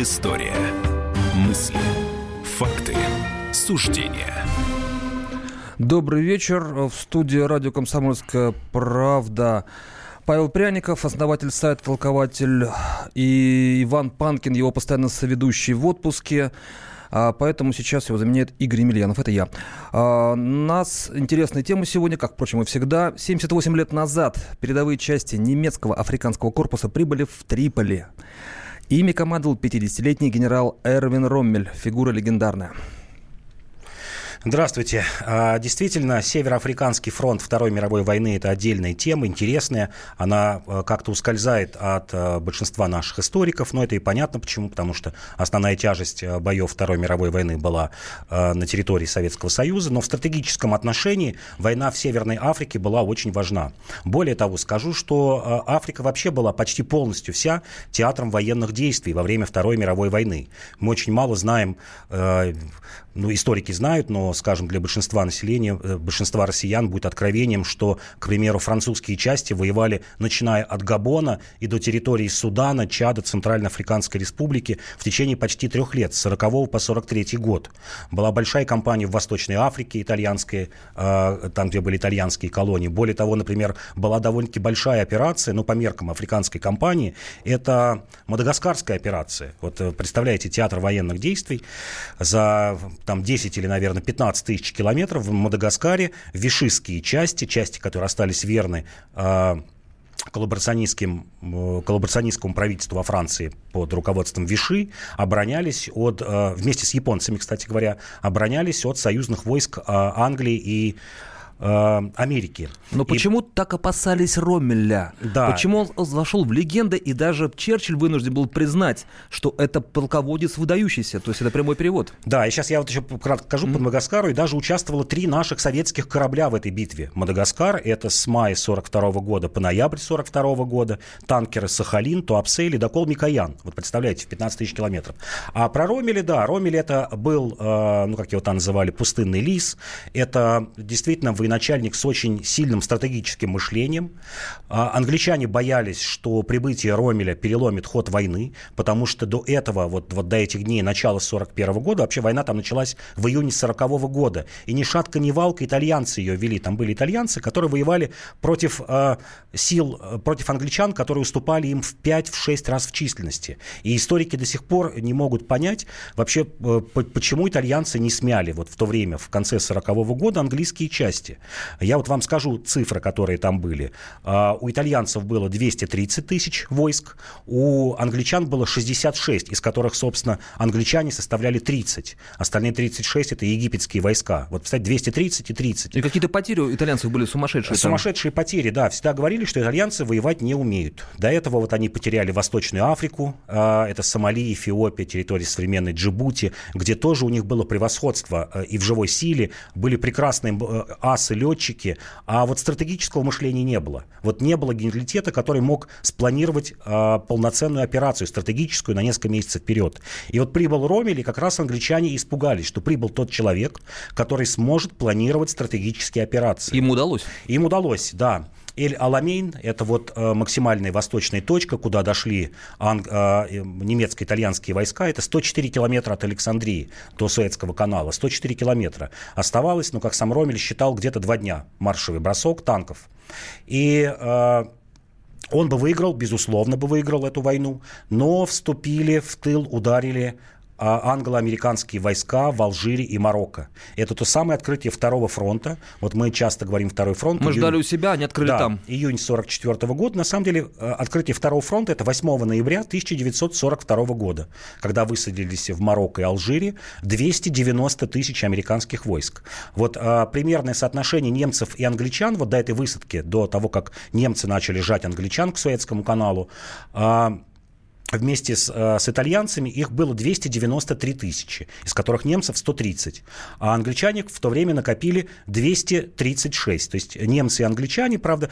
Предыстория. Мысли, факты, суждения. Добрый вечер. В студии радио «Комсомольская правда» Павел Пряников, основатель сайта «Толкователь», и Иван Панкин, его постоянно соведущий в отпуске. Поэтому сейчас его заменяет Игорь Емельянов. Это я. У нас интересная тема сегодня, как, впрочем, и всегда. 78 лет назад передовые части немецкого африканского корпуса прибыли в Триполи. Ими командовал 50-летний генерал Эрвин Роммель. Фигура легендарная. Здравствуйте. Действительно, Североафриканский фронт Второй мировой войны – это отдельная тема, интересная. Она как-то ускользает от большинства наших историков, но это и понятно почему, потому что основная тяжесть боев Второй мировой войны была на территории Советского Союза, но в стратегическом отношении война в Северной Африке была очень важна. Более того, скажу, что Африка вообще была почти полностью вся театром военных действий во время Второй мировой войны. Мы очень мало знаем, историки знают, но, скажем, для большинства населения, большинства россиян будет откровением, что, к примеру, французские части воевали, начиная от Габона и до территории Судана, Чада, Центральноафриканской Республики в течение почти 3 лет, с 40 по 43 год. Была большая кампания в Восточной Африке, итальянская, там, где были итальянские колонии. Более того, например, была довольно-таки большая операция, по меркам африканской кампании, это Мадагаскарская операция. Вот представляете, театр военных действий за 10 или, наверное, 15 тысяч километров в Мадагаскаре, вишистские части, которые остались верны коллаборационистскому правительству во Франции под руководством Виши, оборонялись вместе с японцами, кстати говоря, оборонялись от союзных войск Англии и Америки. Но почему так опасались Роммеля? Да. Почему он вошел в легенды, и даже Черчилль вынужден был признать, что это полководец выдающийся, то есть это прямой перевод? Да, и сейчас я еще кратко скажу по Мадагаскару, и даже участвовало 3 наших советских корабля в этой битве. Мадагаскар, это с мая 42 года по ноябрь 42 года, танкеры Сахалин, Туапсе, ледокол Микоян. Вот представляете, в 15 тысяч километров. А про Роммеля, Роммель это был, как его там называли, пустынный лис. Это действительно военачальник с очень сильным стратегическим мышлением. Англичане боялись, что прибытие Роммеля переломит ход войны, потому что до этого, вот до этих дней, начала 41 года, вообще война там началась в июне 40 года. И ни шатка, ни валка итальянцы ее вели. Там были итальянцы, которые воевали против англичан, которые уступали им в 5-6 раз в численности. И историки до сих пор не могут понять вообще, почему итальянцы не смяли в то время, в конце 40 года, английские части. Я вам скажу цифры, которые там были. У итальянцев было 230 тысяч войск, у англичан было 66, из которых, собственно, англичане составляли 30. Остальные 36 – это египетские войска. Вот, кстати, 230 и 30. И какие-то потери у итальянцев были сумасшедшие? Сумасшедшие потери, да. Всегда говорили, что итальянцы воевать не умеют. До этого они потеряли Восточную Африку, это Сомали, Эфиопия, территория современной Джибути, где тоже у них было превосходство и в живой силе, были прекрасные асы, летчики, а стратегического мышления не было. Не было генералитета, который мог спланировать полноценную операцию стратегическую на несколько месяцев вперед. И прибыл Роммель, и как раз англичане испугались, что прибыл тот человек, который сможет планировать стратегические операции. Им удалось? Им удалось, да. Эль-Аламейн – это максимальная восточная точка, куда дошли немецко-итальянские войска. Это 104 километра от Александрии до Суэцкого канала. 104 километра. Оставалось, как сам Роммель считал, где-то 2 дня маршевый бросок танков. И он бы выиграл, безусловно бы выиграл эту войну, но вступили в тыл, ударили англо-американские войска в Алжире и Марокко. Это то самое открытие Второго фронта. Мы часто говорим Второй фронт. Мы ждали у себя, они открыли там. Июнь 1944 года. На самом деле, открытие Второго фронта – это 8 ноября 1942 года, когда высадились в Марокко и Алжире 290 тысяч американских войск. Примерное соотношение немцев и англичан до этой высадки, до того, как немцы начали жать англичан к Суэцкому каналу, вместе с итальянцами их было 293 тысячи, из которых немцев 130. А англичане в то время накопили 236. То есть немцы и англичане, правда,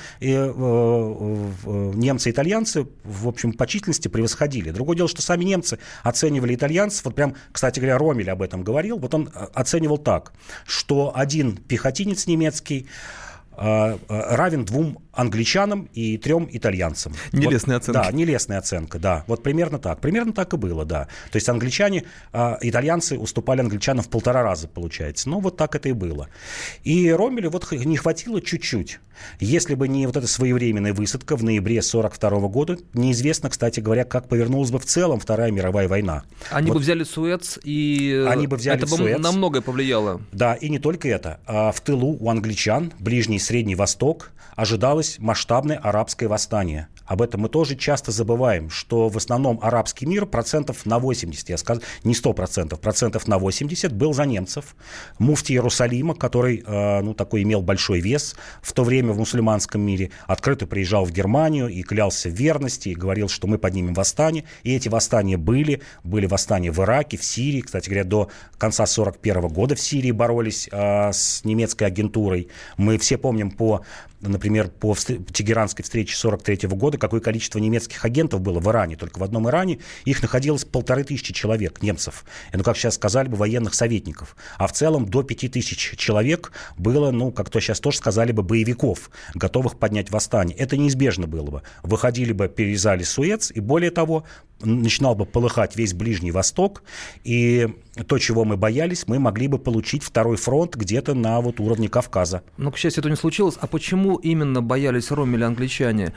немцы и итальянцы, в общем, по численности превосходили. Другое дело, что сами немцы оценивали итальянцев. Кстати говоря, Роммель об этом говорил. Он оценивал так, что один пехотинец немецкий равен 2 англичанам и 3 итальянцам. Нелестная оценка. Да, нелестная оценка, да. Вот примерно так. Примерно так и было, да. То есть итальянцы уступали англичанам в 1,5 раза, получается. Ну, вот так это и было. И Роммелю вот не хватило чуть-чуть. Если бы не вот эта своевременная высадка в ноябре 1942 года, неизвестно, кстати говоря, как повернулась бы в целом Вторая мировая война. Они бы взяли Суэц, и это бы на многое повлияло. Да, и не только это. В тылу у англичан, Ближний и Средний Восток, ожидалось масштабное арабское восстание. Об этом мы тоже часто забываем, что в основном арабский мир 80%, я скажу, не 100%, 80% был за немцев. Муфти Иерусалима, который, такой имел большой вес в то время в мусульманском мире, открыто приезжал в Германию и клялся в верности, и говорил, что мы поднимем восстание. И эти восстания были восстания в Ираке, в Сирии. Кстати говоря, до конца 1941 года в Сирии боролись с немецкой агентурой. Мы все помним например, по Тегеранской встрече 1943 года, какое количество немецких агентов было в Иране. Только в одном Иране их находилось 1500 человек, немцев. Как сейчас сказали бы, военных советников. А в целом до 5000 человек было, как то сейчас тоже сказали бы, боевиков, готовых поднять восстание. Это неизбежно было бы. Выходили бы, перерезали Суэц, и более того, начинал бы полыхать весь Ближний Восток, и то, чего мы боялись, мы могли бы получить второй фронт где-то на уровне Кавказа. Но, к счастью, это не случилось. А почему именно боялись Роммеля англичане?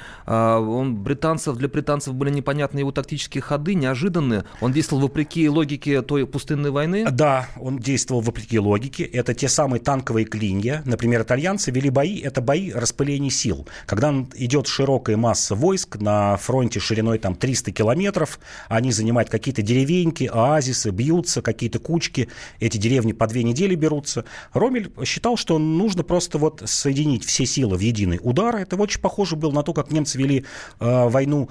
Для британцев были непонятны его тактические ходы, неожиданные. Он действовал вопреки логике той пустынной войны? Да, он действовал вопреки логике. Это те самые танковые клинья. Например, итальянцы вели бои, это бои распыления сил. Когда идет широкая масса войск на фронте шириной 300 километров, они занимают какие-то деревеньки, оазисы, бьются, какие-то кучки, эти деревни по 2 недели берутся. Роммель считал, что нужно просто соединить все силы в единый удар. Это очень похоже было на то, как немцы вели войну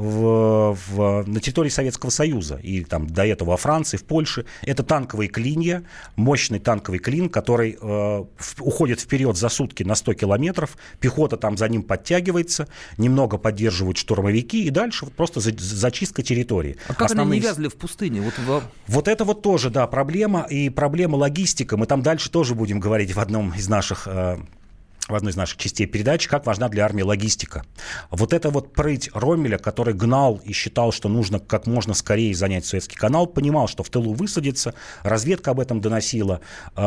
на территории Советского Союза и до этого во Франции, в Польше. Это танковые клинья, мощный танковый клин, который уходит вперед за сутки на 100 километров, пехота за ним подтягивается, немного поддерживают штурмовики, и дальше просто зачистка территории. А как они не вязли в пустыне? Вот это тоже, да, проблема, и проблема логистика. Мы там дальше тоже будем говорить в одной из наших частей передачи, как важна для армии логистика. Это прыть Роммеля, который гнал и считал, что нужно как можно скорее занять Суэцкий канал, понимал, что в тылу высадится, разведка об этом доносила,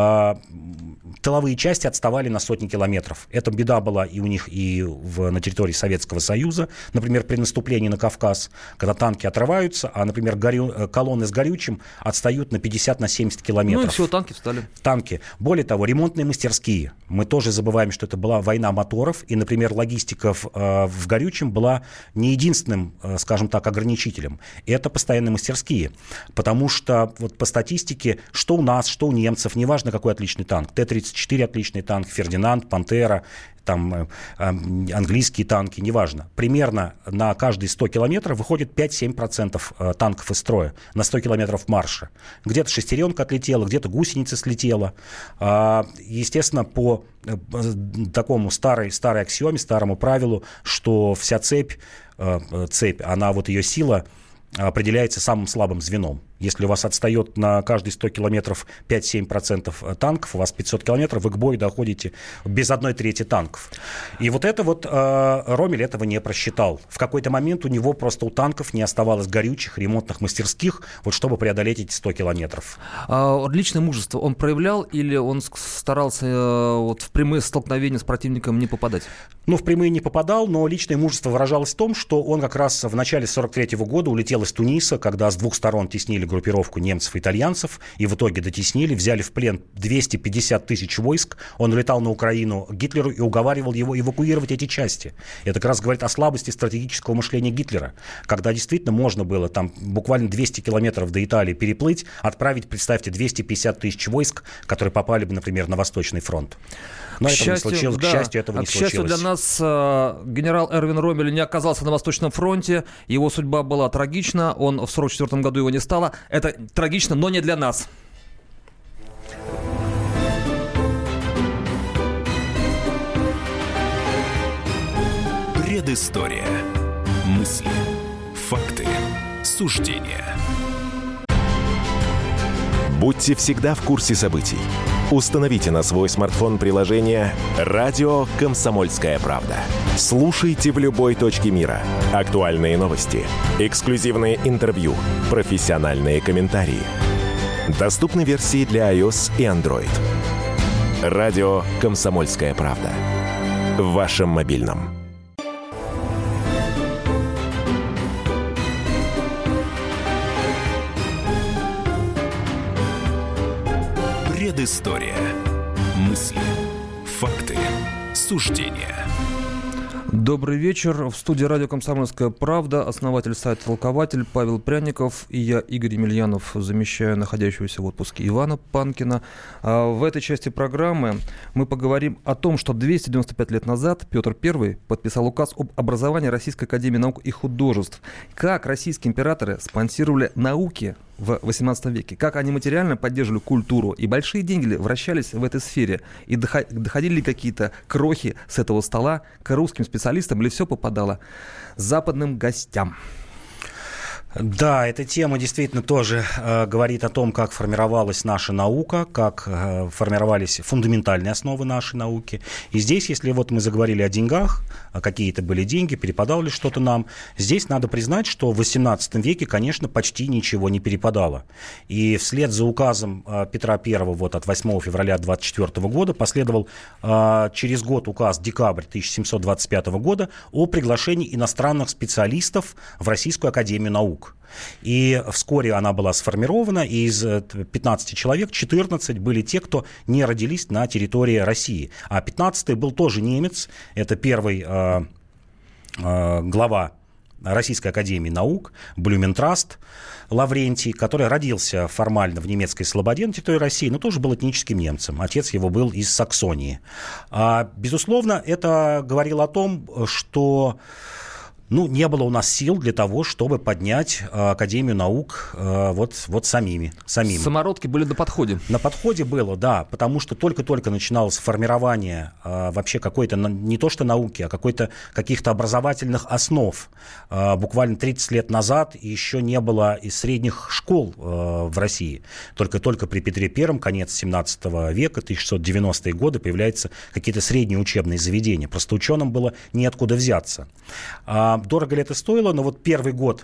тыловые части отставали на сотни километров. Эта беда была и у них, на территории Советского Союза, например, при наступлении на Кавказ, когда танки отрываются, а, например, колонны с горючим отстают на 50-70 километров. И все, танки встали. Танки. Более того, ремонтные мастерские. Мы тоже забываем, что это была война моторов, и, например, логистика в горючем была не единственным, скажем так, ограничителем. Это постоянные мастерские, потому что по статистике, что у нас, что у немцев, неважно, какой отличный танк, Т-34 отличный танк, Фердинанд, Пантера, английские танки, неважно. Примерно на каждые 100 километров выходит 5-7% танков из строя на 100 километров марша. Где-то шестеренка отлетела, где-то гусеница слетела. Естественно, по такому старой аксиоме, старому правилу, что вся цепь, она ее сила определяется самым слабым звеном. Если у вас отстает на каждые 100 километров 5-7% танков, у вас 500 километров, вы к бою доходите без 1/3 танков. И Роммель этого не просчитал. В какой-то момент у него просто у танков не оставалось горючих, ремонтных мастерских, чтобы преодолеть эти 100 километров. Личное мужество он проявлял или он старался в прямые столкновения с противником не попадать? В прямые не попадал, но личное мужество выражалось в том, что он как раз в начале 1943 года улетел из Туниса, когда с двух сторон теснили группировку немцев и итальянцев, и в итоге дотеснили, взяли в плен 250 тысяч войск. Он улетал на Украину к Гитлеру и уговаривал его эвакуировать эти части. Это как раз говорит о слабости стратегического мышления Гитлера, когда действительно можно было буквально 200 километров до Италии переплыть, отправить, представьте, 250 тысяч войск, которые попали бы, например, на Восточный фронт. Но этого не случилось, к счастью, этого не случилось. К счастью для нас, генерал Эрвин Роммель не оказался на Восточном фронте, его судьба была трагична, он в 1944 году его не стало. Это трагично, но не для нас. Предыстория. Мысли, факты, суждения. Будьте всегда в курсе событий. Установите на свой смартфон приложение «Радио Комсомольская правда». Слушайте в любой точке мира. Актуальные новости, эксклюзивные интервью, профессиональные комментарии. Доступны версии для iOS и Android. «Радио Комсомольская правда». В вашем мобильном. Предыстория. Мысли, факты, суждения. Добрый вечер. В студии радио «Комсомольская правда» основатель сайта «Толкователь» Павел Пряников и я, Игорь Емельянов, замещаю находящегося в отпуске Ивана Панкина. В этой части программы мы поговорим о том, что 295 лет назад Петр I подписал указ об образовании Российской академии наук и художеств. Как российские императоры спонсировали науки в XVIII веке, как они материально поддерживали культуру, и большие деньги вращались в этой сфере, и доходили ли какие-то крохи с этого стола к русским специалистам, или все попадало западным гостям? Да, эта тема действительно тоже говорит о том, как формировалась наша наука, как формировались фундаментальные основы нашей науки. И здесь, если вот мы заговорили о деньгах, какие-то были деньги, перепадало ли что-то нам, здесь надо признать, что в XVIII веке, конечно, почти ничего не перепадало. И вслед за указом Петра I вот, от 8 февраля 1924 года последовал через год указ декабрь 1725 года о приглашении иностранных специалистов в Российскую академию наук. И вскоре она была сформирована, и из 15 человек 14 были те, кто не родились на территории России. А 15-й был тоже немец, это первый глава Российской академии наук, Блюментраст Лаврентий, который родился формально в немецкой Слободе на территории России, но тоже был этническим немцем. Отец его был из Саксонии. Безусловно, это говорило о том, что не было у нас сил для того, чтобы поднять Академию наук вот самими. Самородки были на подходе. На подходе было, да, потому что только-только начиналось формирование вообще какой-то, не то что науки, а каких-то образовательных основ. Буквально 30 лет назад еще не было и средних школ в России. Только при Петре I, конец 17 века, 1690-е годы, появляются какие-то средние учебные заведения. Просто ученым было неоткуда взяться. Дорого ли это стоило? Но вот первый год,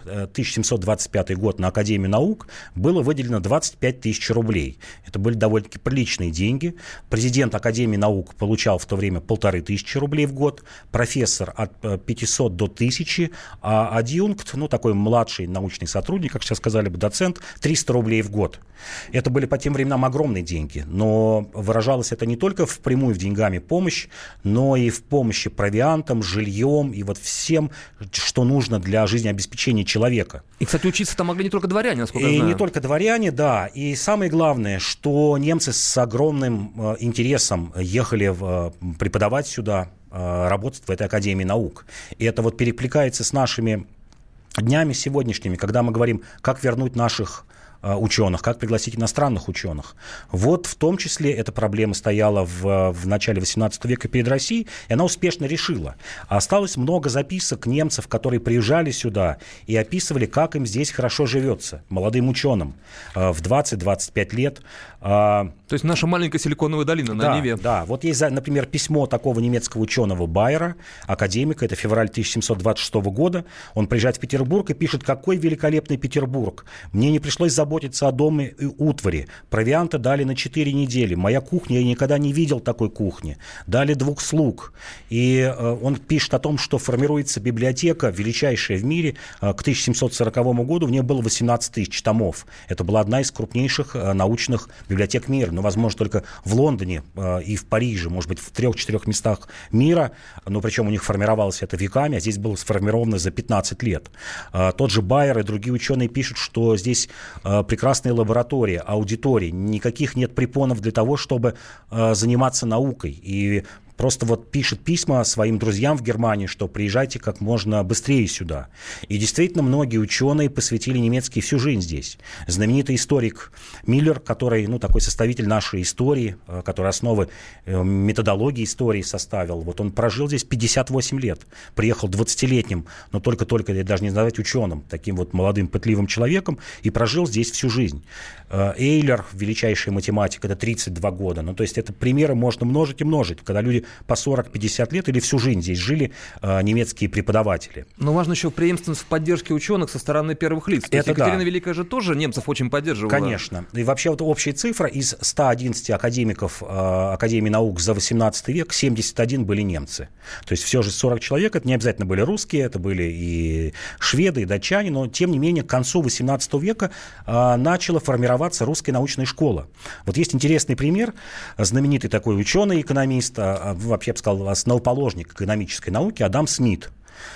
1725 год на Академию наук, было выделено 25 тысяч рублей. Это были довольно-таки приличные деньги. Президент Академии наук получал в то время 1500 рублей в год, профессор от 500 до 1000, а адъюнкт, такой младший научный сотрудник, как сейчас сказали бы, доцент, 300 рублей в год. Это были по тем временам огромные деньги, но выражалось это не только впрямую в деньгами помощь, но и в помощи провиантом, жильем и вот всем, что нужно для жизнеобеспечения человека. И, кстати, учиться там могли не только дворяне, насколько я знаю. И не только дворяне, да. И самое главное, что немцы с огромным интересом ехали преподавать сюда, работать в этой Академии наук. И это вот перекликается с нашими днями сегодняшними, когда мы говорим, как вернуть наших ученых, как пригласить иностранных ученых. Вот в том числе эта проблема стояла в начале XVIII века перед Россией, и она успешно решила. Осталось много записок немцев, которые приезжали сюда и описывали, как им здесь хорошо живется, молодым ученым в 20-25 лет. То есть наша маленькая силиконовая долина на Неве. Да, вот есть, например, письмо такого немецкого ученого Байера, академика, это февраль 1726 года. Он приезжает в Петербург и пишет: «Какой великолепный Петербург! Мне не пришлось заботиться о доме и утвари. Провианта дали на 4 недели. Моя кухня, я никогда не видел такой кухни. Дали 2 слуг». И он пишет о том, что формируется библиотека, величайшая в мире. К 1740 году в ней было 18 тысяч томов. Это была одна из крупнейших научных библиотек мира. Но, возможно, только в Лондоне и в Париже, может быть, в 3-4 местах мира. Но причем у них формировалось это веками, а здесь было сформировано за 15 лет. Тот же Байер и другие ученые пишут, что здесь прекрасные лаборатории, аудитории, никаких нет препонов для того, чтобы заниматься наукой. И просто вот пишет письма своим друзьям в Германии, что приезжайте как можно быстрее сюда. И действительно, многие ученые посвятили немецкий всю жизнь здесь. Знаменитый историк Миллер, который, такой составитель нашей истории, который основы методологии истории составил, вот он прожил здесь 58 лет, приехал 20-летним, но только-только, даже не называть ученым, таким вот молодым, пытливым человеком, и прожил здесь всю жизнь. Эйлер, величайший математик, это 32 года. То есть это примеры можно множить и множить, когда люди по 40-50 лет или всю жизнь здесь жили, немецкие преподаватели. Но важно еще преемственность в поддержке ученых со стороны первых лиц. То есть Екатерина Великая же тоже немцев очень поддерживала. Конечно. И вообще вот общая цифра из 111 академиков Академии наук за 18 век 71 были немцы. То есть все же 40 человек, это не обязательно были русские, это были и шведы, и датчане, но тем не менее к концу 18 века начала формироваться русская научная школа. Вот есть интересный пример. Знаменитый такой ученый, экономист, вообще, я бы сказал, основоположник экономической науки Адам Смит,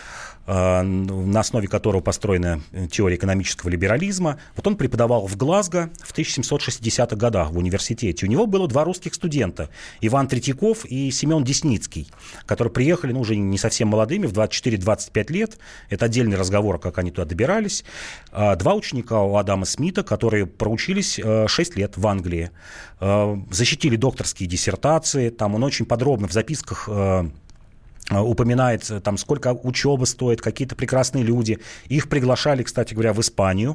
на основе которого построена теория экономического либерализма. Вот он преподавал в Глазго в 1760-х годах в университете. У него было два русских студента, Иван Третьяков и Семен Десницкий, которые приехали, уже не совсем молодыми, в 24-25 лет. Это отдельный разговор, как они туда добирались. Два ученика у Адама Смита, которые проучились 6 лет в Англии, защитили докторские диссертации. Там он очень подробно в записках упоминает, сколько учеба стоит, какие-то прекрасные люди. Их приглашали, кстати говоря, в Испанию.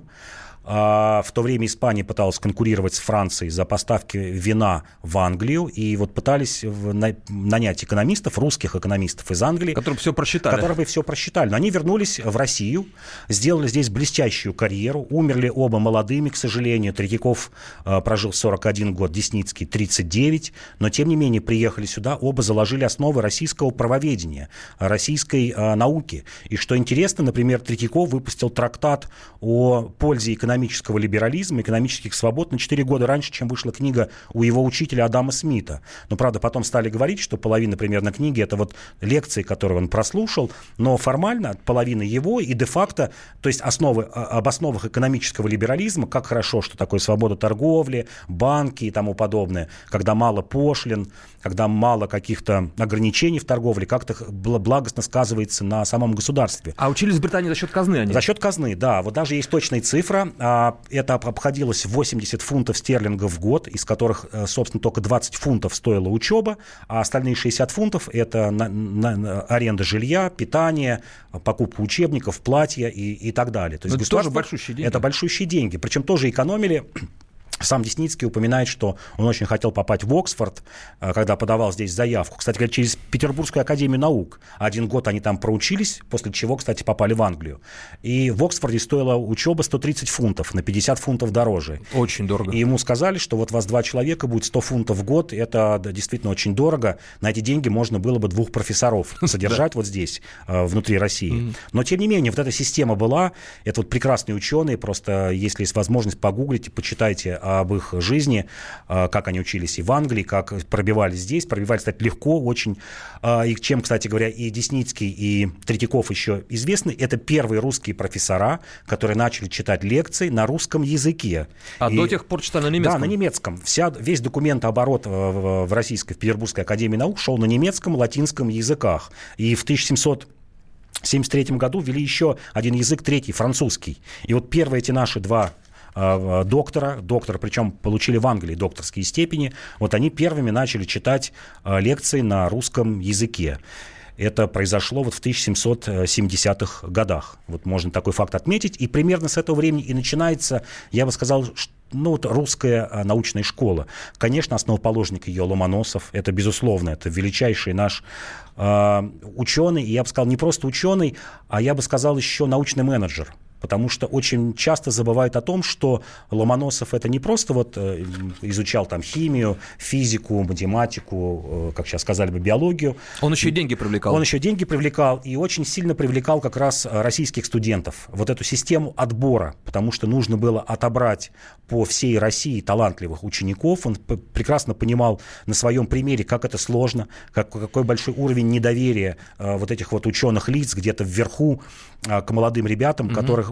В то время Испания пыталась конкурировать с Францией за поставки вина в Англию, и вот пытались нанять экономистов, русских экономистов из Англии. Которые все просчитали. Но они вернулись в Россию, сделали здесь блестящую карьеру, умерли оба молодыми, к сожалению. Третьяков прожил 41 год, Десницкий 39, но тем не менее приехали сюда, оба заложили основы российского правоведения, российской науки. И что интересно, например, Третьяков выпустил трактат о пользе экономического либерализма, экономических свобод на 4 года раньше, чем вышла книга у его учителя Адама Смита. Но, правда, потом стали говорить, что половина примерно книги — это вот лекции, которые он прослушал, но формально половина его и де-факто, то есть об основах экономического либерализма, как хорошо, что такое свобода торговли, банки и тому подобное, когда мало пошлин, когда мало каких-то ограничений в торговле, как-то благостно сказывается на самом государстве. А учились в Британии за счет казны они? За счет казны, да. Вот даже есть точная цифра. Это обходилось в 80 фунтов стерлингов в год, из которых, собственно, только 20 фунтов стоила учеба, а остальные 60 фунтов – это аренда жилья, питание, покупка учебников, платья и так далее. То есть это тоже большущие деньги. Это большущие деньги. Причем тоже экономили. Сам Десницкий упоминает, что он очень хотел попасть в Оксфорд, когда подавал здесь заявку. Кстати говоря, через Петербургскую академию наук. 1 год они там проучились, после чего, кстати, попали в Англию. И в Оксфорде стоила учеба 130 фунтов, на 50 фунтов дороже. Очень дорого. И ему сказали, что вот вас 2 человека, будет 100 фунтов в год. Это действительно очень дорого. На эти деньги можно было бы 2 профессоров содержать вот здесь, внутри России. Но, тем не менее, вот эта система была. Это вот прекрасные ученые. Просто, если есть возможность, погуглите, почитайте об их жизни, как они учились и в Англии, как пробивались здесь. Пробивались, кстати, легко очень. И чем, кстати говоря, и Десницкий, и Третьяков еще известны. Это первые русские профессора, которые начали читать лекции на русском языке. До тех пор читали на немецком? Да, на немецком. Весь документооборот в Российской, в Петербургской академии наук шел на немецком, латинском языках. И в 1773 году ввели еще один язык, третий, французский. И вот первые эти наши 2 доктора, причем получили в Англии докторские степени, вот они первыми начали читать лекции на русском языке. Это произошло вот в 1770-х годах. Вот можно такой факт отметить. И примерно с этого времени и начинается, я бы сказал, русская научная школа. Конечно, основоположник ее Ломоносов. Это, безусловно, это величайший наш ученый. И я бы сказал, не просто ученый, а я бы сказал еще научный менеджер. Потому что очень часто забывают о том, что Ломоносов это не просто изучал там химию, физику, математику, как сейчас сказали бы, биологию. Он еще и деньги привлекал. Он еще деньги привлекал и очень сильно привлекал как раз российских студентов. Вот эту систему отбора, потому что нужно было отобрать по всей России талантливых учеников. Он прекрасно понимал на своем примере, как это сложно, какой большой уровень недоверия вот этих вот ученых лиц где-то вверху к молодым ребятам, которых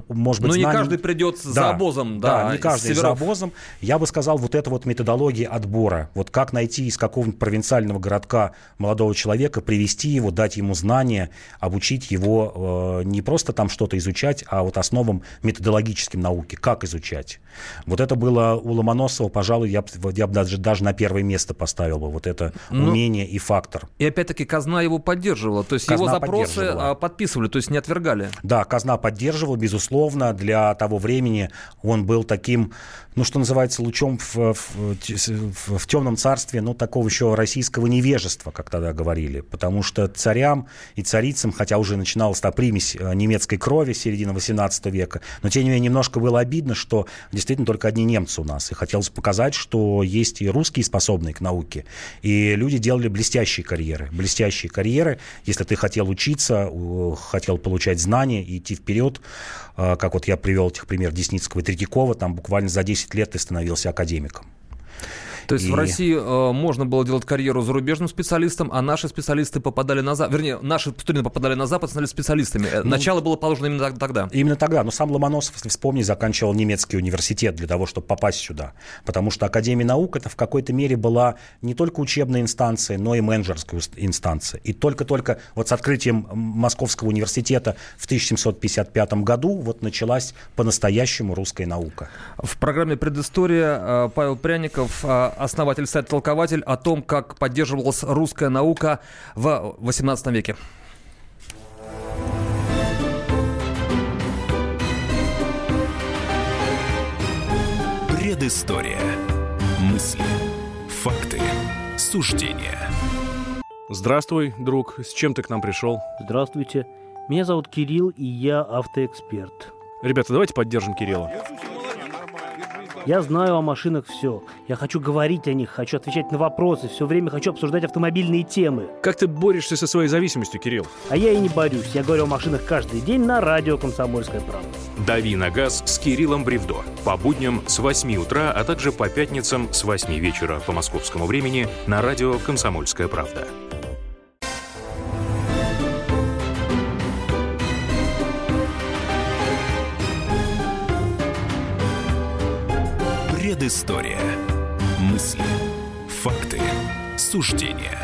может быть, но знаний... не каждый придет за обозом. Да, не каждый за обозом. Я бы сказал, вот это вот методология отбора. Вот как найти из какого-нибудь провинциального городка молодого человека, привести его, дать ему знания, обучить его не просто там что-то изучать, а вот основам методологическим науки, как изучать. Вот это было у Ломоносова, пожалуй, я бы даже на первое место поставил бы вот это умение и фактор. И опять-таки казна его поддерживала, то есть его запросы подписывали, то есть не отвергали. Да, казна поддерживала, безусловно, для того времени он был таким, что называется, лучом в темном царстве, такого еще российского невежества, как тогда говорили, потому что царям и царицам, хотя уже начиналась та примесь немецкой крови середины XVIII века, но тем не менее немножко было обидно, что действительно только одни немцы у нас, и хотелось показать, что есть и русские, способные к науке, и люди делали блестящие карьеры, если ты хотел учиться, хотел получать знания и идти вперед, как вот я привел этих пример Десницкого и Третьякова, там буквально за 10 лет ты становился академиком. То есть в России можно было делать карьеру зарубежным специалистам, а наши специалисты попадали на Запад. Вернее, наши студенты попадали на Запад, становились специалистами. Начало было положено именно тогда. Именно тогда. Но сам Ломоносов, если вспомнить, заканчивал немецкий университет для того, чтобы попасть сюда. Потому что Академия наук это в какой-то мере была не только учебной инстанцией, но и менеджерской инстанцией. И только-только вот с открытием Московского университета в 1755 году вот началась по-настоящему русская наука. В программе «Предыстория» Павел Пряников, основатель сайта «Толкователь», о том, как поддерживалась русская наука в XVIII веке. Предыстория. Мысли, факты, суждения. Здравствуй, друг. С чем ты к нам пришел? Здравствуйте. Меня зовут Кирилл, и я автоэксперт. Ребята, давайте поддержим Кирилла. Я знаю о машинах все. Я хочу говорить о них, хочу отвечать на вопросы, все время хочу обсуждать автомобильные темы. Как ты борешься со своей зависимостью, Кирилл? А я и не борюсь. Я говорю о машинах каждый день на радио «Комсомольская правда». «Дави на газ» с Кириллом Бревдо. По будням с 8 утра, а также по пятницам с 8 вечера по московскому времени на радио «Комсомольская правда». Предыстория. Мысли, факты, суждения.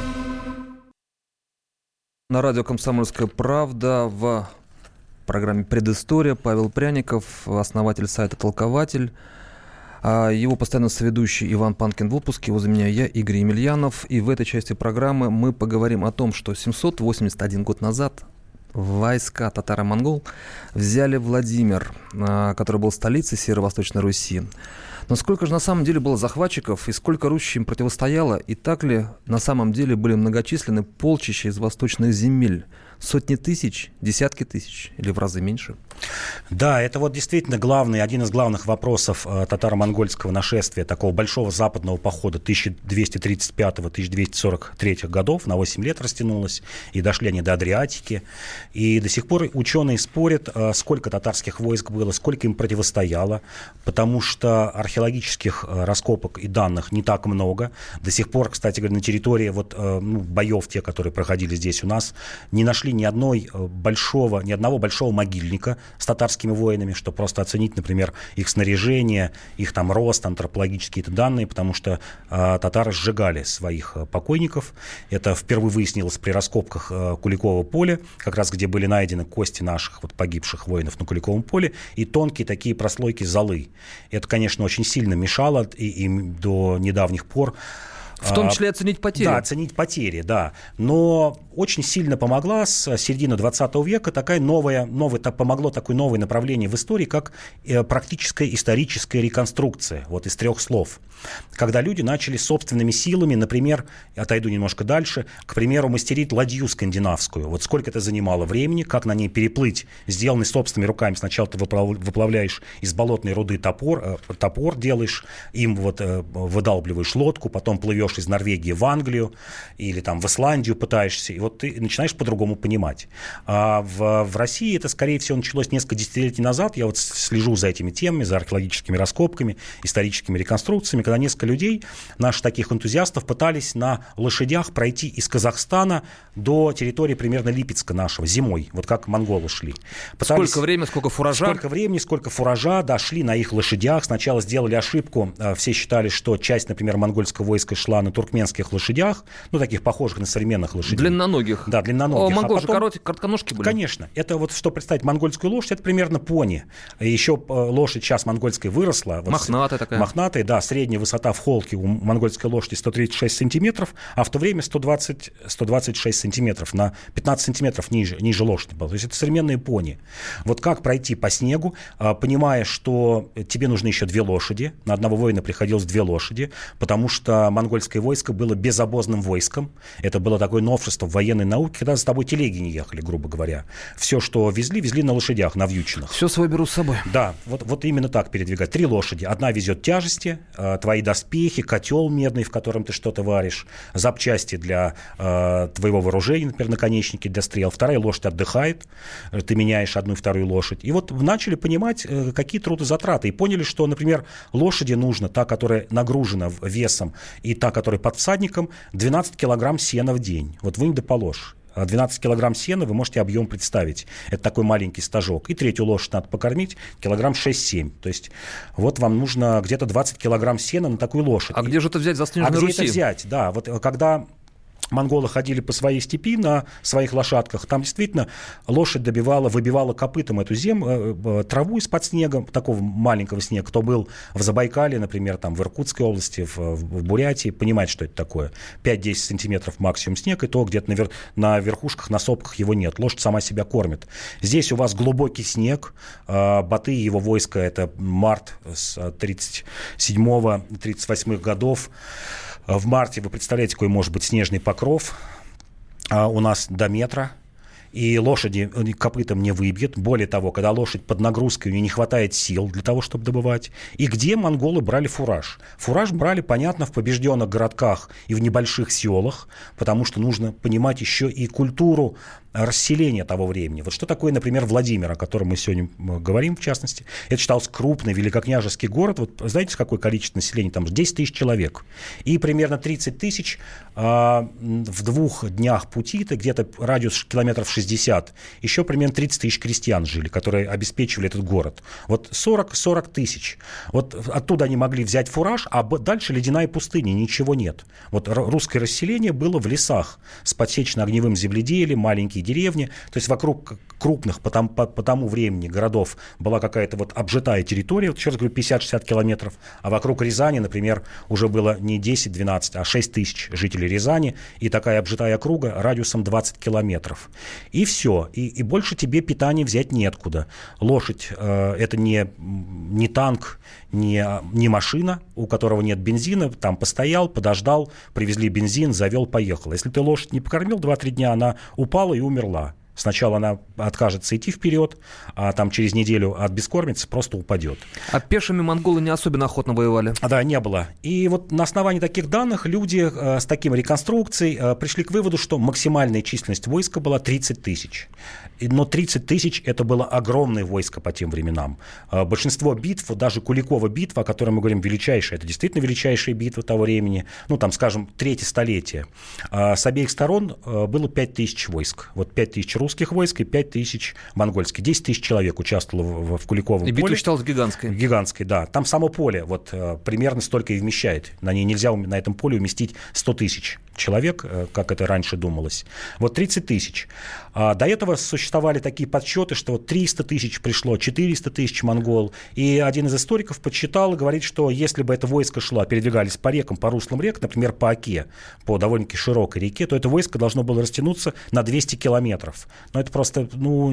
На радио «Комсомольская правда» в программе «Предыстория» Павел Пряников, основатель сайта «Толкователь». Его постоянно соведущий Иван Панкин в выпуске. Его заменяю я, Игорь Емельянов. И в этой части программы мы поговорим о том, что 781 год назад войска татаро-монгол взяли Владимир, который был столицей Северо-Восточной Руси. Но сколько же на самом деле было захватчиков и сколько Русь им противостояло, и так ли на самом деле были многочисленны полчища из восточных земель? Сотни тысяч, десятки тысяч или в разы меньше? Да, это вот действительно один из главных вопросов татаро-монгольского нашествия, такого большого западного похода 1235-1243 годов, на 8 лет растянулось, и дошли они до Адриатики. И до сих пор ученые спорят, сколько татарских войск было, сколько им противостояло, потому что археологических раскопок и данных не так много. До сих пор, кстати говоря, на территории боев, те, которые проходили здесь у нас, не нашли ни одного большого могильника с татарскими воинами, чтобы просто оценить, например, их снаряжение, их там рост, антропологические данные, потому что татары сжигали своих покойников. Это впервые выяснилось при раскопках Куликового поля, как раз где были найдены кости наших погибших воинов на Куликовом поле, и тонкие такие прослойки золы. Это, конечно, очень сильно мешало и до недавних пор. В том числе оценить потери. Да, оценить потери, да. Но очень сильно помогла с середины 20 века помогло такое новое направление в истории, как практическая историческая реконструкция, вот из 3 слов. Когда люди начали собственными силами, например, отойду немножко дальше, к примеру, мастерить ладью скандинавскую. Вот сколько это занимало времени, как на ней переплыть, сделанный собственными руками. Сначала ты выплавляешь из болотной руды топор делаешь, им выдалбливаешь лодку, потом плывешь из Норвегии в Англию или там в Исландию пытаешься. И вот ты начинаешь по-другому понимать. А в России это, скорее всего, началось несколько десятилетий назад. Я вот слежу за этими темами, за археологическими раскопками, историческими реконструкциями, когда несколько людей, наших таких энтузиастов, пытались на лошадях пройти из Казахстана до территории примерно Липецка нашего зимой, вот как монголы шли. Сколько времени, сколько фуража? Сколько времени, сколько фуража, да, шли на их лошадях. Сначала сделали ошибку, все считали, что часть, например, монгольского войска шла на туркменских лошадях, ну, таких похожих на современных лошадей. Длинноногих. Да, длинноногих. Монголы же коротконожки были. Конечно. Это вот, что представить, монгольскую лошадь, это примерно пони. Еще лошадь сейчас монгольская выросла. Мохнатая такая. Мохнатая, да, средняя высота в холке у монгольской лошади 136 сантиметров, а в то время 126 сантиметров, на 15 сантиметров ниже лошади было. То есть это современные пони. Вот как пройти по снегу, понимая, что тебе нужны еще 2 лошади, на одного воина приходилось 2 лошади, потому что монгольское войско было безобозным войском. Это было такое новшество в военной науке, когда за тобой телеги не ехали, грубо говоря. Все, что везли на лошадях, на вьючинах. Все свое беру с собой. Да, вот именно так передвигать. 3 лошади. Одна везет тяжести, твои доспехи, котел медный, в котором ты что-то варишь, запчасти для твоего вооружения, например, наконечники для стрел. Вторая лошадь отдыхает, ты меняешь одну и вторую лошадь. И вот начали понимать, какие трудозатраты. И поняли, что, например, лошади нужно, та, которая нагружена весом, и та, которая под всадником, 12 килограмм сена в день. Вот вынь да положь. 12 килограмм сена, вы можете объем представить. Это такой маленький стажок. И третью лошадь надо покормить килограмм 6-7. То есть вот вам нужно где-то 20 килограмм сена на такую лошадь. А где же это взять за снежной Руси? А где это взять? Да, вот когда монголы ходили по своей степи на своих лошадках, там действительно лошадь выбивала копытом эту траву из-под снега, такого маленького снега. Кто был в Забайкале, например, там в Иркутской области, в Бурятии, понимает, что это такое. 5-10 сантиметров максимум снег, и то где-то на верхушках, на сопках его нет. Лошадь сама себя кормит. Здесь у вас глубокий снег. Баты и его войско — это март с 37-38 годов. В марте вы представляете, какой может быть снежный покров. У нас до метра. И лошади копытом не выбьет. Более того, когда лошадь под нагрузкой, у нее не хватает сил для того, чтобы добывать. И где монголы брали фураж? Фураж брали, понятно, в побежденных городках и в небольших селах, потому что нужно понимать еще и культуру расселения того времени. Вот что такое, например, Владимир, о котором мы сегодня говорим, в частности. Это считался крупный великокняжеский город. Вот знаете, какое количество населения? Там 10 тысяч человек. И примерно 30 тысяч в 2 днях пути, это где-то радиус километров 60. Еще примерно 30 тысяч крестьян жили, которые обеспечивали этот город. Вот 40 тысяч. Вот оттуда они могли взять фураж, а дальше ледяная пустыня, ничего нет. Вот русское расселение было в лесах с подсечно-огневым земледелием, маленькие деревни, то есть вокруг крупных по тому времени городов была какая-то вот обжитая территория, вот еще раз говорю, 50-60 километров, а вокруг Рязани, например, уже было не 10-12, а 6 тысяч жителей Рязани, и такая обжитая округа радиусом 20 километров. И все, и больше тебе питания взять неоткуда. Лошадь это не танк, не машина, у которого нет бензина, там постоял, подождал, привезли бензин, завел, поехал. Если ты лошадь не покормил 2-3 дня, она упала и умерла. Сначала она откажется идти вперед, а там через неделю от бескормицы просто упадет. А пешими монголы не особенно охотно воевали? Да, не было. И вот на основании таких данных люди с таким реконструкцией пришли к выводу, что максимальная численность войска была 30 тысяч. Но 30 тысяч – это было огромное войско по тем временам. Большинство битв, даже Куликова битва, о которой мы говорим, величайшая, это действительно величайшая битва того времени, ну, там, скажем, 3-е столетие. С обеих сторон было 5 тысяч войск. Вот 5 тысяч русских войск и 5 тысяч монгольских. 10 тысяч человек участвовало в Куликовом поле. И битва считалась гигантской. Гигантской, да. Там само поле вот примерно столько и вмещает. На ней нельзя на этом поле уместить 100 тысяч человек, как это раньше думалось. Вот 30 тысяч. До этого существовали такие подсчеты, что вот 300 тысяч пришло, 400 тысяч монгол. И один из историков подсчитал и говорит, что если бы это войско шло, передвигались по рекам, по руслам рек, например, по Оке, по довольно-таки широкой реке, то это войско должно было растянуться на 200 километров. Но это просто,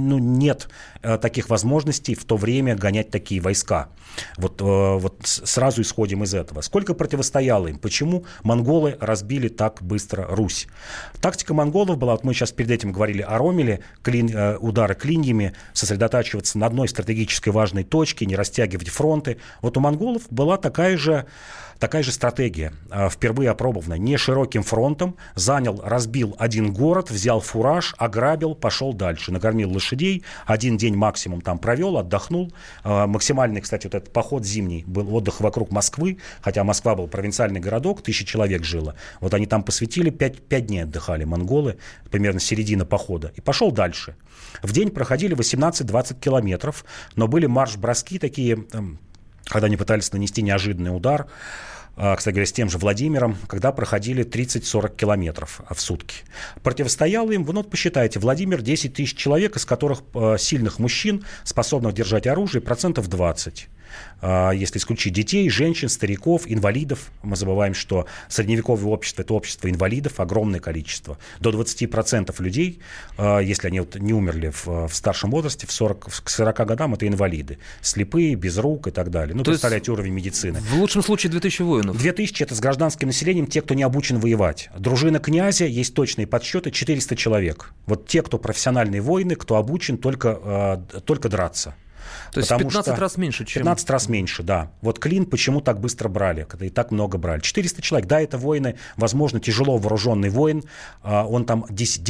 нет таких возможностей в то время гонять такие войска. Вот сразу исходим из этого. Сколько противостояло им? Почему монголы разбили так быстро быстро Русь. Тактика монголов была, вот мы сейчас перед этим говорили о Ромеле, удары клиньями, сосредотачиваться на одной стратегической важной точке, не растягивать фронты. Вот у монголов была такая же стратегия, впервые опробована. Не широким фронтом, разбил один город, взял фураж, ограбил, пошел дальше. Накормил лошадей, один день максимум там провел, отдохнул. Максимальный, кстати, вот этот поход зимний был отдых вокруг Москвы, хотя Москва был провинциальный городок, 1000 человек жило. Вот они там посвятили, 5 дней отдыхали монголы, примерно середина похода. И пошел дальше. В день проходили 18-20 километров, но были марш-броски такие, когда они пытались нанести неожиданный удар, кстати говоря, с тем же Владимиром, когда проходили 30-40 километров в сутки. Противостояло им, посчитайте, Владимир 10 тысяч человек, из которых сильных мужчин, способных держать оружие, 20%. Если исключить детей, женщин, стариков, инвалидов. Мы забываем, что средневековое общество – это общество инвалидов, огромное количество. До 20% людей, если они не умерли в старшем возрасте, к 40 годам, это инвалиды. Слепые, без рук и так далее. Представляете уровень медицины. В лучшем случае 2000 воинов. 2000 – это с гражданским населением те, кто не обучен воевать. Дружина князя, есть точные подсчеты, 400 человек. Вот те, кто профессиональные воины, кто обучен только драться. То есть в 15 раз меньше, чем... 15 раз меньше, да. Вот Клин почему так быстро брали, когда и так много брали? 400 человек, да, это воины, возможно, тяжело вооруженный воин. Он там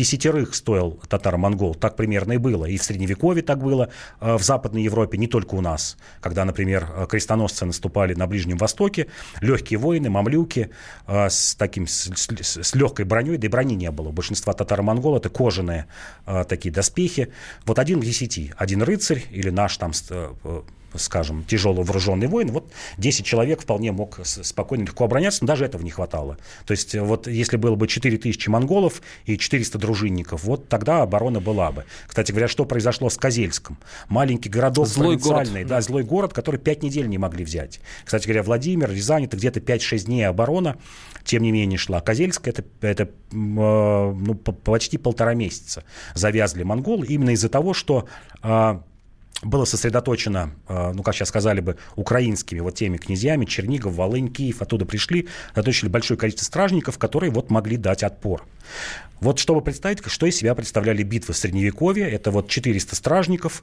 10 стоил татаро-монгол, так примерно и было. И в Средневековье так было, в Западной Европе, не только у нас. Когда, например, крестоносцы наступали на Ближнем Востоке, легкие воины, мамлюки с легкой броней, да и брони не было. У большинства татаро-монгол это кожаные такие доспехи. Вот 1 к 10, один рыцарь или наш там, скажем, тяжело вооруженный воин, вот 10 человек вполне мог спокойно, легко обороняться, но даже этого не хватало. То есть вот если было бы 4000 монголов и 400 дружинников, вот тогда оборона была бы. Кстати говоря, что произошло с Козельском? Маленький городок провинциальный, да, злой город, который 5 недель не могли взять. Кстати говоря, Владимир, Рязань, это где-то 5-6 дней оборона, тем не менее шла. Козельск это почти 1,5 месяца завязли монголы именно из-за того, что было сосредоточено, как сейчас сказали бы, украинскими вот теми князьями, Чернигов, Волынь, Киев, оттуда пришли, сосредоточили большое количество стражников, которые вот могли дать отпор. Вот чтобы представить, что из себя представляли битвы в Средневековье, это вот 400 стражников,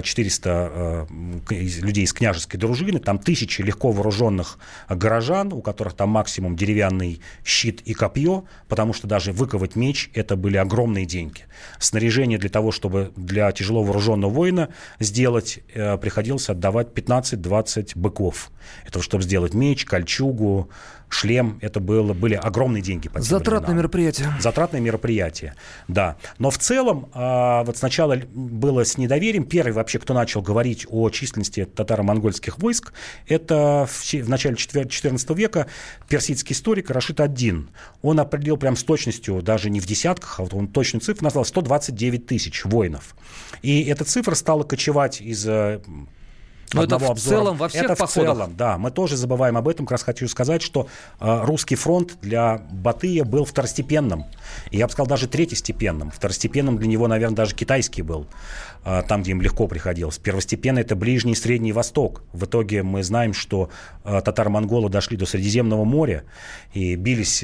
400 людей из княжеской дружины, там 1000 легко вооруженных горожан, у которых там максимум деревянный щит и копье, потому что даже выковать меч – это были огромные деньги. Снаряжение для того, чтобы для тяжело вооруженного воина сделать, приходилось отдавать 15-20 быков. Это чтобы сделать меч, кольчугу, шлем, это были огромные деньги. Затратное мероприятие, да. Но в целом, вот сначала было с недоверием. Первый вообще, кто начал говорить о численности татаро-монгольских войск, это в начале XIV века персидский историк Рашид ад-Дин. Он определил прям с точностью, даже не в десятках, а вот он точную цифру назвал, 129 тысяч воинов. И эта цифра стала кочевать из... Но это в целом во всех походах. В целом, да. Мы тоже забываем об этом. Как раз хочу сказать, что русский фронт для Батыя был второстепенным. И я бы сказал, даже третьестепенным. Второстепенным для него, наверное, даже китайский был. Там, где им легко приходилось. Первостепенно это Ближний и Средний Восток. В итоге мы знаем, что татаро-монголы дошли до Средиземного моря и бились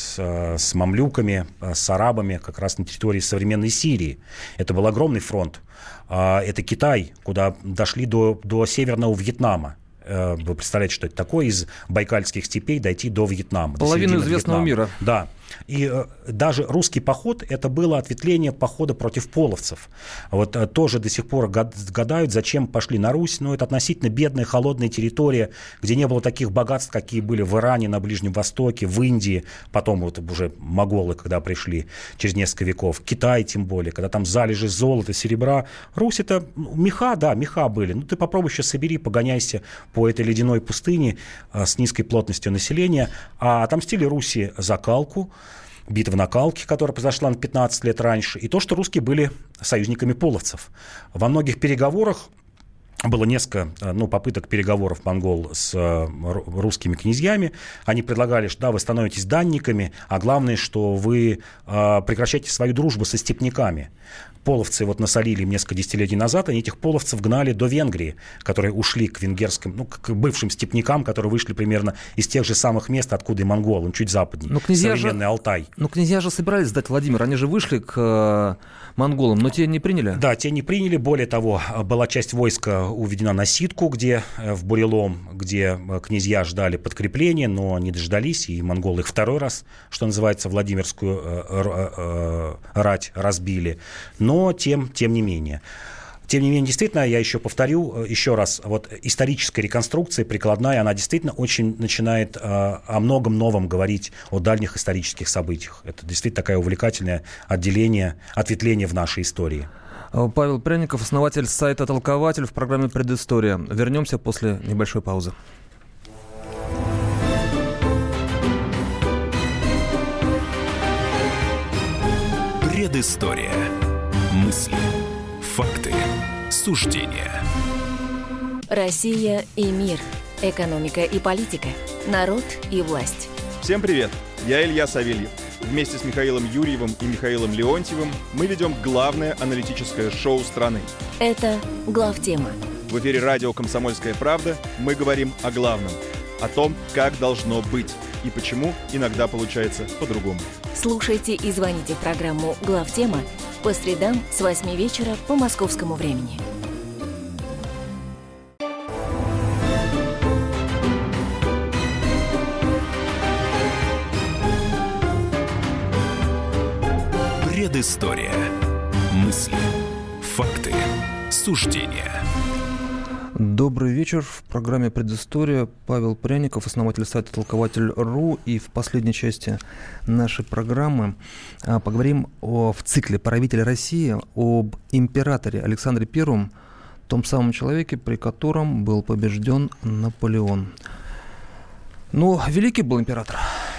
с мамлюками, с арабами как раз на территории современной Сирии. Это был огромный фронт. Это Китай, куда дошли до Северного Вьетнама. Вы представляете, что это такое? Из Байкальских степей дойти до Вьетнама. Половину известного мира. Да. И даже русский поход – это было ответвление похода против половцев. Вот тоже до сих пор гадают, зачем пошли на Русь. Но это относительно бедная, холодная территория, где не было таких богатств, какие были в Иране, на Ближнем Востоке, в Индии. Потом вот уже моголы, когда пришли через несколько веков. Китай тем более, когда там залежи золота, серебра. Русь – это меха, да, меха были. Ну, ты попробуй сейчас собери, погоняйся по этой ледяной пустыне с низкой плотностью населения. А отомстили Руси закалку, битва на Калке, которая произошла на 15 лет раньше, и то, что русские были союзниками половцев. Во многих переговорах было несколько попыток переговоров монгол с русскими князьями. Они предлагали, что да, вы становитесь данниками, а главное, что вы прекращаете свою дружбу со степняками. Половцы насолили им несколько десятилетий назад, они этих половцев гнали до Венгрии, которые ушли к венгерским, к бывшим степнякам, которые вышли примерно из тех же самых мест, откуда и монголы, чуть западнее, современный Алтай. Но князья же собирались сдать Владимир, они же вышли к монголам, но те не приняли? Да, те не приняли, более того, была часть войска уведена на Ситку, в Бурелом, где князья ждали подкрепления, но не дождались, и монголы их второй раз, что называется, Владимирскую рать разбили. Но тем не менее. Тем не менее, действительно, я еще повторю еще раз, историческая реконструкция прикладная, она действительно очень начинает о многом новом говорить, о дальних исторических событиях. Это действительно такое увлекательное ответвление в нашей истории. Павел Пряников, основатель сайта «Толкователь» в программе «Предыстория». Вернемся после небольшой паузы. Предыстория. Мысли, факты, суждения. Россия и мир. Экономика и политика. Народ и власть. Всем привет! Я Илья Савельев. Вместе с Михаилом Юрьевым и Михаилом Леонтьевым мы ведем главное аналитическое шоу страны. Это «Главтема». В эфире радио «Комсомольская правда» мы говорим о главном. О том, как должно быть и почему иногда получается по-другому. Слушайте и звоните в программу «Главтема» по средам с 8 вечера по московскому времени. Предыстория. Мысли, факты, суждения. Добрый вечер. В программе «Предыстория» Павел Пряников, основатель сайта «Толкователь.ру». И в последней части нашей программы поговорим в цикле «Правитель России» об императоре Александре I, том самом человеке, при котором был побежден Наполеон. Великий был император.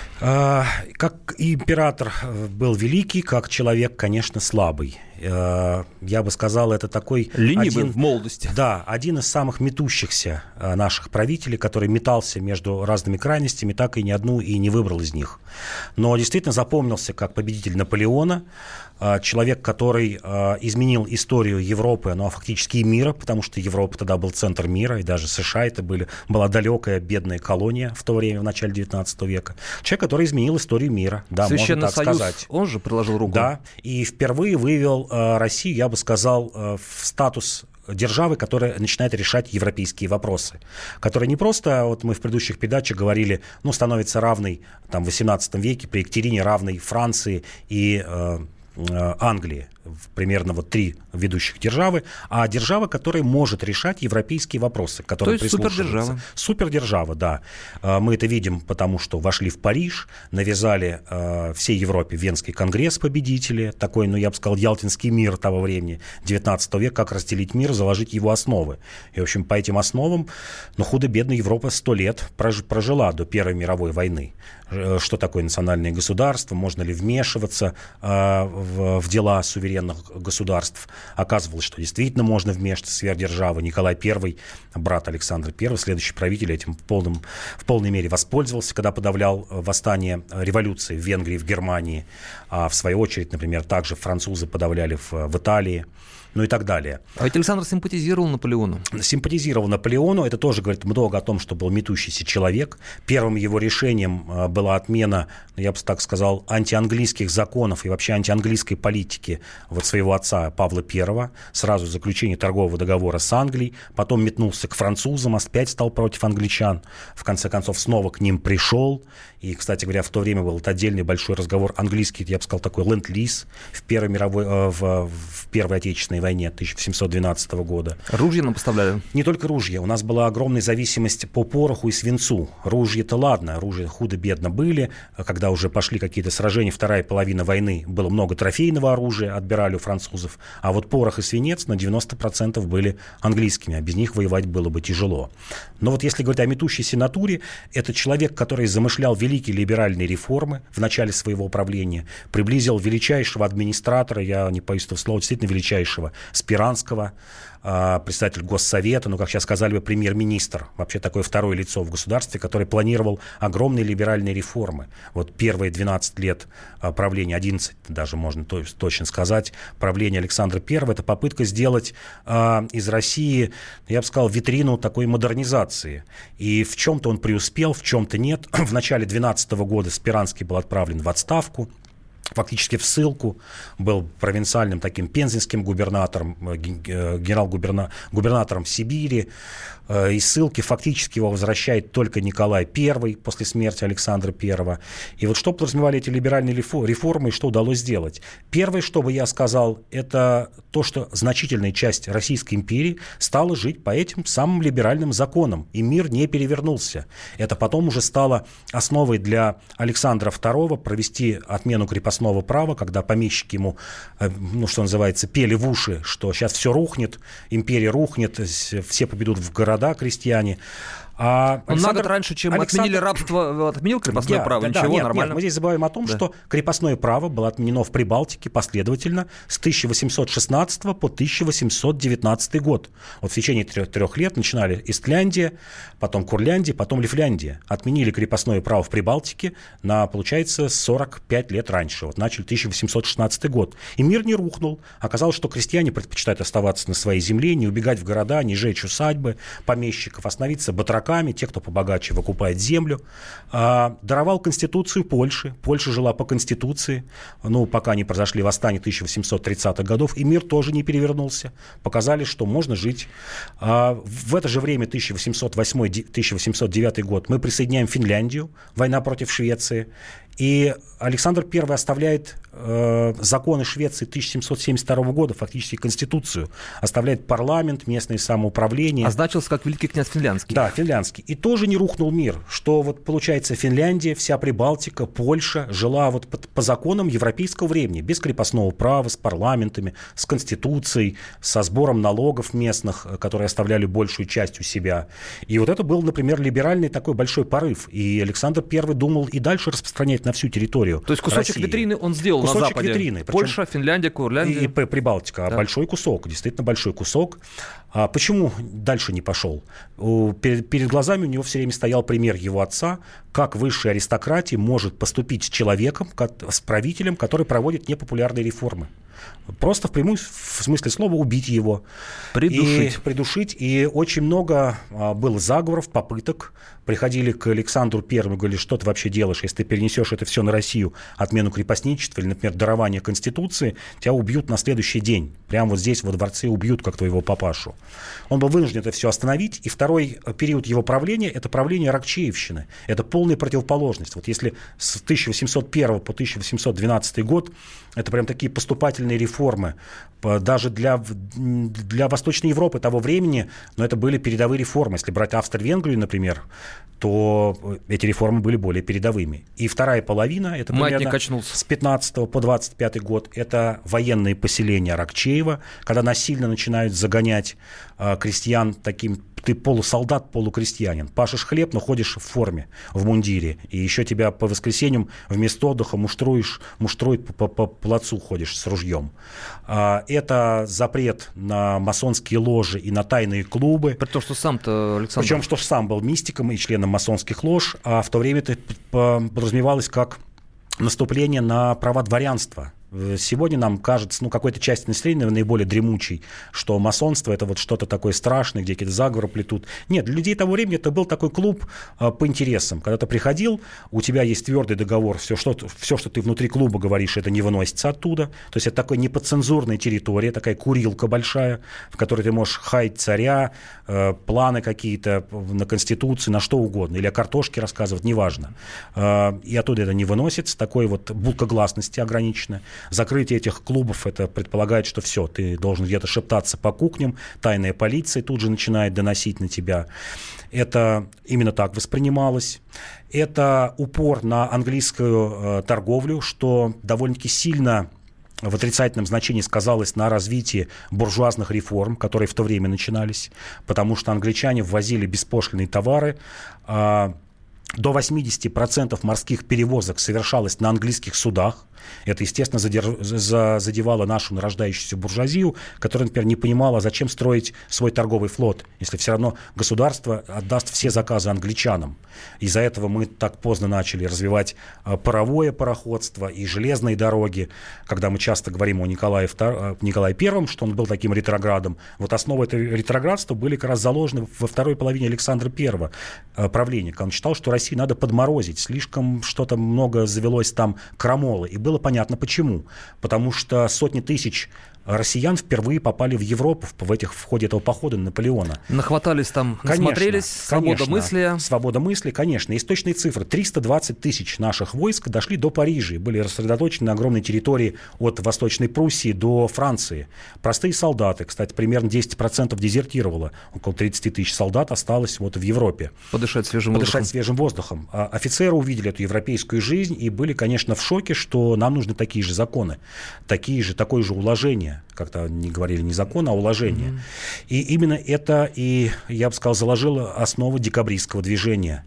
Как император был великий, как человек, конечно, слабый. Я бы сказал, это такой... Ленивый в молодости. Да, один из самых метущихся наших правителей, который метался между разными крайностями, так и ни одну и не выбрал из них. Но действительно запомнился как победитель Наполеона, человек, который изменил историю Европы, а фактически и мира, потому что Европа тогда был центр мира, и даже США это была далекая бедная колония в то время, в начале 19 века. Человек, который изменил историю мира, да, можно так сказать. Он же приложил руку. Да, и впервые вывел Россию, я бы сказал, в статус державы, которая начинает решать европейские вопросы, которая не просто, мы в предыдущих передачах говорили, становится равной в XVIII веке при Екатерине, равной Франции и Англии, примерно три ведущих державы, а держава, которая может решать европейские вопросы, которые прислушиваются. Супердержава. Супердержава, да. Мы это видим, потому что вошли в Париж, навязали всей Европе Венский конгресс победители, такой, я бы сказал, Ялтинский мир того времени, 19 века, как разделить мир, заложить его основы. И, в общем, по этим основам, худо-бедно Европа 100 лет прожила до Первой мировой войны. Что такое национальное государство, можно ли вмешиваться в дела суверенных государств. Оказывалось, что действительно можно вмешиваться в сверхдержавы. Николай I, брат Александра I, следующий правитель, этим в полной мере воспользовался, когда подавлял восстание революции в Венгрии, в Германии. А в свою очередь, например, также французы подавляли в Италии. И так далее. А ведь Александр симпатизировал Наполеону. Симпатизировал Наполеону. Это тоже говорит много о том, что был метущийся человек. Первым его решением была отмена, я бы так сказал, антианглийских законов и вообще антианглийской политики своего отца Павла I. Сразу заключение торгового договора с Англией. Потом метнулся к французам, опять стал против англичан. В конце концов, снова к ним пришел. И, кстати говоря, в то время был отдельный большой разговор английский, я бы сказал, такой ленд-лиз в Первой Отечественной войне 1712 года. Ружья нам поставляли? Не только ружья. У нас была огромная зависимость по пороху и свинцу. Ружья-то ладно, ружья худо-бедно были. Когда уже пошли какие-то сражения, вторая половина войны, было много трофейного оружия от отбирали у французов, а вот порох и свинец на 90% были английскими, а без них воевать было бы тяжело. Но вот если говорить о метущейся натуре, это человек, который замышлял великие либеральные реформы в начале своего правления, приблизил величайшего администратора, я не боюсь этого слова, действительно величайшего, Спиранского, председатель Госсовета, как сейчас сказали бы, премьер-министр, вообще такое второе лицо в государстве, который планировал огромные либеральные реформы. Вот первые 12 лет правления, 11 даже можно точно сказать, правления Александра I, это попытка сделать из России, я бы сказал, витрину такой модернизации. И в чем-то он преуспел, в чем-то нет. В начале 2012 года Спиранский был отправлен в отставку, фактически в ссылку, был провинциальным таким пензенским губернатором, генерал-губернатором Сибири. Из ссылки фактически его возвращает только Николай I после смерти Александра I. И вот что подразумевали эти либеральные реформы и что удалось сделать? Первое, что бы я сказал, это то, что значительная часть Российской империи стала жить по этим самым либеральным законам, и мир не перевернулся. Это потом уже стало основой для Александра II провести отмену крепостного права, когда помещики ему, что называется, пели в уши, что сейчас все рухнет, империя рухнет, все победут в города, крестьяне. Он на год раньше, чем отменили рабство, отменил крепостное право, ничего, нормально. Нет, мы здесь забываем о том, что крепостное право было отменено в Прибалтике последовательно с 1816 по 1819 год. Вот в течение 3 лет начинали Истляндия, потом Курляндия, потом Лифляндия. Отменили крепостное право в Прибалтике на, получается, 45 лет раньше. Вот начали 1816 год. И мир не рухнул. Оказалось, что крестьяне предпочитают оставаться на своей земле, не убегать в города, не жечь усадьбы помещиков, остановиться батраками, те, кто побогаче, выкупает землю. Даровал Конституцию Польши. Польша жила по Конституции, пока не произошли восстания 1830-х годов, и мир тоже не перевернулся. Показали, что можно жить. В это же время, 1808-1809 год, мы присоединяем Финляндию, война против Швеции. И Александр I оставляет законы Швеции 1772 года, фактически Конституцию, оставляет парламент, местное самоуправление. Значился как великий князь финляндский. Да, финляндский. И тоже не рухнул мир, что вот получается Финляндия, вся Прибалтика, Польша жила вот по законам европейского времени, без крепостного права, с парламентами, с Конституцией, со сбором налогов местных, которые оставляли большую часть у себя. И вот это был, например, либеральный такой большой порыв. И Александр I думал и дальше распространять на всю территорию. То есть кусочек России. Витрины он сделал кусочек на Западе. Витрины. Польша, Финляндия, Курляндия. И Прибалтика. Да. Большой кусок, действительно большой кусок. Почему дальше не пошел? Перед глазами у него все время стоял пример его отца, как высшая аристократия может поступить с человеком, с правителем, который проводит непопулярные реформы. Просто в прямом смысле слова убить его. Придушить. И очень много было заговоров, попыток. Приходили к Александру Первому и говорили, что ты вообще делаешь, если ты перенесешь это все на Россию, отмену крепостничества или, например, дарование Конституции, тебя убьют на следующий день. Прямо вот здесь, во дворце, убьют, как твоего папашу. Он был вынужден это все остановить. И второй период его правления – это правление Аракчеевщины. Это полная противоположность. Вот если с 1801 по 1812 год это прям такие поступательные реформы, даже для Восточной Европы того времени, но это были передовые реформы. Если брать Австро-Венгрию, например, то эти реформы были более передовыми. И вторая половина, это примерно с 15 по 25 год, это военные поселения Аракчеева, когда насильно начинают загонять крестьян таким, ты полусолдат, полукрестьянин. Пашешь хлеб, но ходишь в форме, в мундире. И еще тебя по воскресеньям вместо отдыха муштруют, по плацу ходишь с ружьем. Это запрет на масонские ложи и на тайные клубы. При том, что сам-то Александр... Причем, что сам был мистиком и членом масонских лож, а в то время это подразумевалось как наступление на права дворянства. Сегодня нам кажется, какой-то части населения, наиболее дремучей, что масонство – это вот что-то такое страшное, где какие-то заговоры плетут. Нет, для людей того времени это был такой клуб по интересам. Когда ты приходил, у тебя есть твердый договор, все, что ты внутри клуба говоришь, это не выносится оттуда. То есть это такая неподцензурная территория, такая курилка большая, в которой ты можешь хаять царя, планы какие-то на Конституцию, на что угодно, или о картошке рассказывать, неважно. И оттуда это не выносится, такой вот булка гласности ограниченная. Закрытие этих клубов, это предполагает, что все, ты должен где-то шептаться по кухням, тайная полиция тут же начинает доносить на тебя. Это именно так воспринималось. Это упор на английскую торговлю, что довольно-таки сильно в отрицательном значении сказалось на развитии буржуазных реформ, которые в то время начинались, потому что англичане ввозили беспошлинные товары. До 80% морских перевозок совершалось на английских судах. Это, естественно, задевало нашу нарождающуюся буржуазию, которая, например, не понимала, зачем строить свой торговый флот, если все равно государство отдаст все заказы англичанам. Из-за этого мы так поздно начали развивать паровое пароходство и железные дороги. Когда мы часто говорим о Николае I, что он был таким ретроградом, вот основы этого ретроградства были как раз заложены во второй половине Александра I правления. Он считал, что Россию надо подморозить, слишком что-то много завелось там крамолы. И было понятно почему. Потому что сотни тысяч россиян впервые попали в Европу в ходе этого похода Наполеона. Нахватались там, насмотрелись, свобода мысли, конечно. Есть точные цифры. 320 тысяч наших войск дошли до Парижа и были рассредоточены на огромной территории от Восточной Пруссии до Франции. Простые солдаты, кстати, примерно 10% дезертировало. Около 30 тысяч солдат осталось вот в Европе. Подышать свежим воздухом. Офицеры увидели эту европейскую жизнь и были, конечно, в шоке, что нам нужны такие же законы, такое же уложение. Как-то не говорили не закон, а уложение. И именно это, я бы сказал, заложило основу декабристского движения.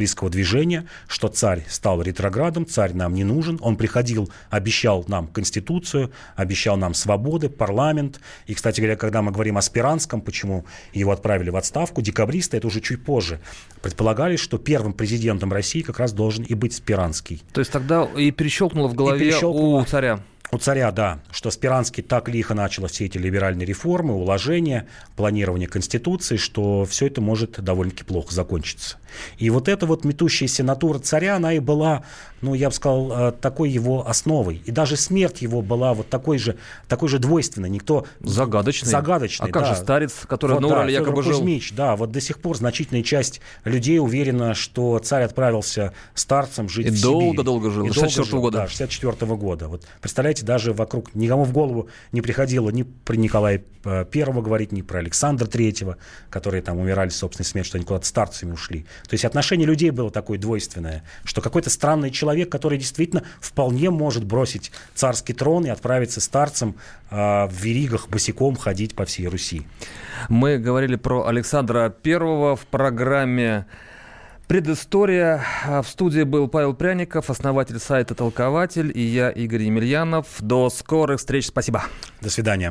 Что царь стал ретроградом, царь нам не нужен. Он приходил, обещал нам конституцию, обещал нам свободы, парламент. И, кстати говоря, когда мы говорим о Спиранском, почему его отправили в отставку, декабристы, это уже чуть позже, предполагали, что первым президентом России как раз должен и быть Спиранский. То есть тогда и перещелкнуло в голове у царя. У царя, да, что Спиранский так лихо начал все эти либеральные реформы, уложения, планирование Конституции, что все это может довольно-таки плохо закончиться. И вот эта вот метущаяся натура царя, она и была, я бы сказал, такой его основой. И даже смерть его была вот такой же двойственной. Загадочный. А как же старец, который на Урале якобы жил? Кузьмич, да, вот до сих пор значительная часть людей уверена, что царь отправился старцем жить в Сибирь. Долго жил, 64 года. Да, 64 года. Вот, представляете, даже вокруг никому в голову не приходило ни про Николая I говорить, ни про Александра III, которые там умирали собственной смертью, что они куда-то старцами ушли. То есть отношение людей было такое двойственное, что какой-то странный человек, который действительно вполне может бросить царский трон и отправиться старцем в веригах босиком ходить по всей Руси. Мы говорили про Александра I в программе «Предыстория». В студии был Павел Пряников, основатель сайта «Толкователь», и я, Игорь Емельянов. До скорых встреч. Спасибо. До свидания.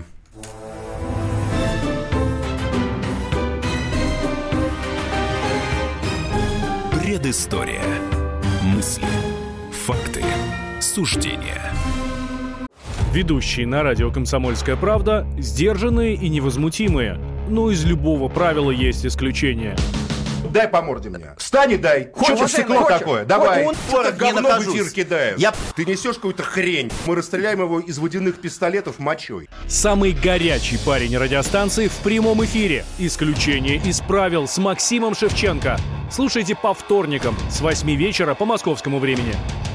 Предыстория. Мысли, факты, суждения. Ведущие на радио «Комсомольская правда» сдержанные и невозмутимые. Но из любого правила есть исключение. Дай по морде мне. Встань и дай. Хочешь стекло такое? Давай. Это говно в эфир кидает. Ты несешь какую-то хрень. Мы расстреляем его из водяных пистолетов мочой. Самый горячий парень радиостанции в прямом эфире. Исключение из правил с Максимом Шевченко. Слушайте по вторникам с 8 вечера по московскому времени.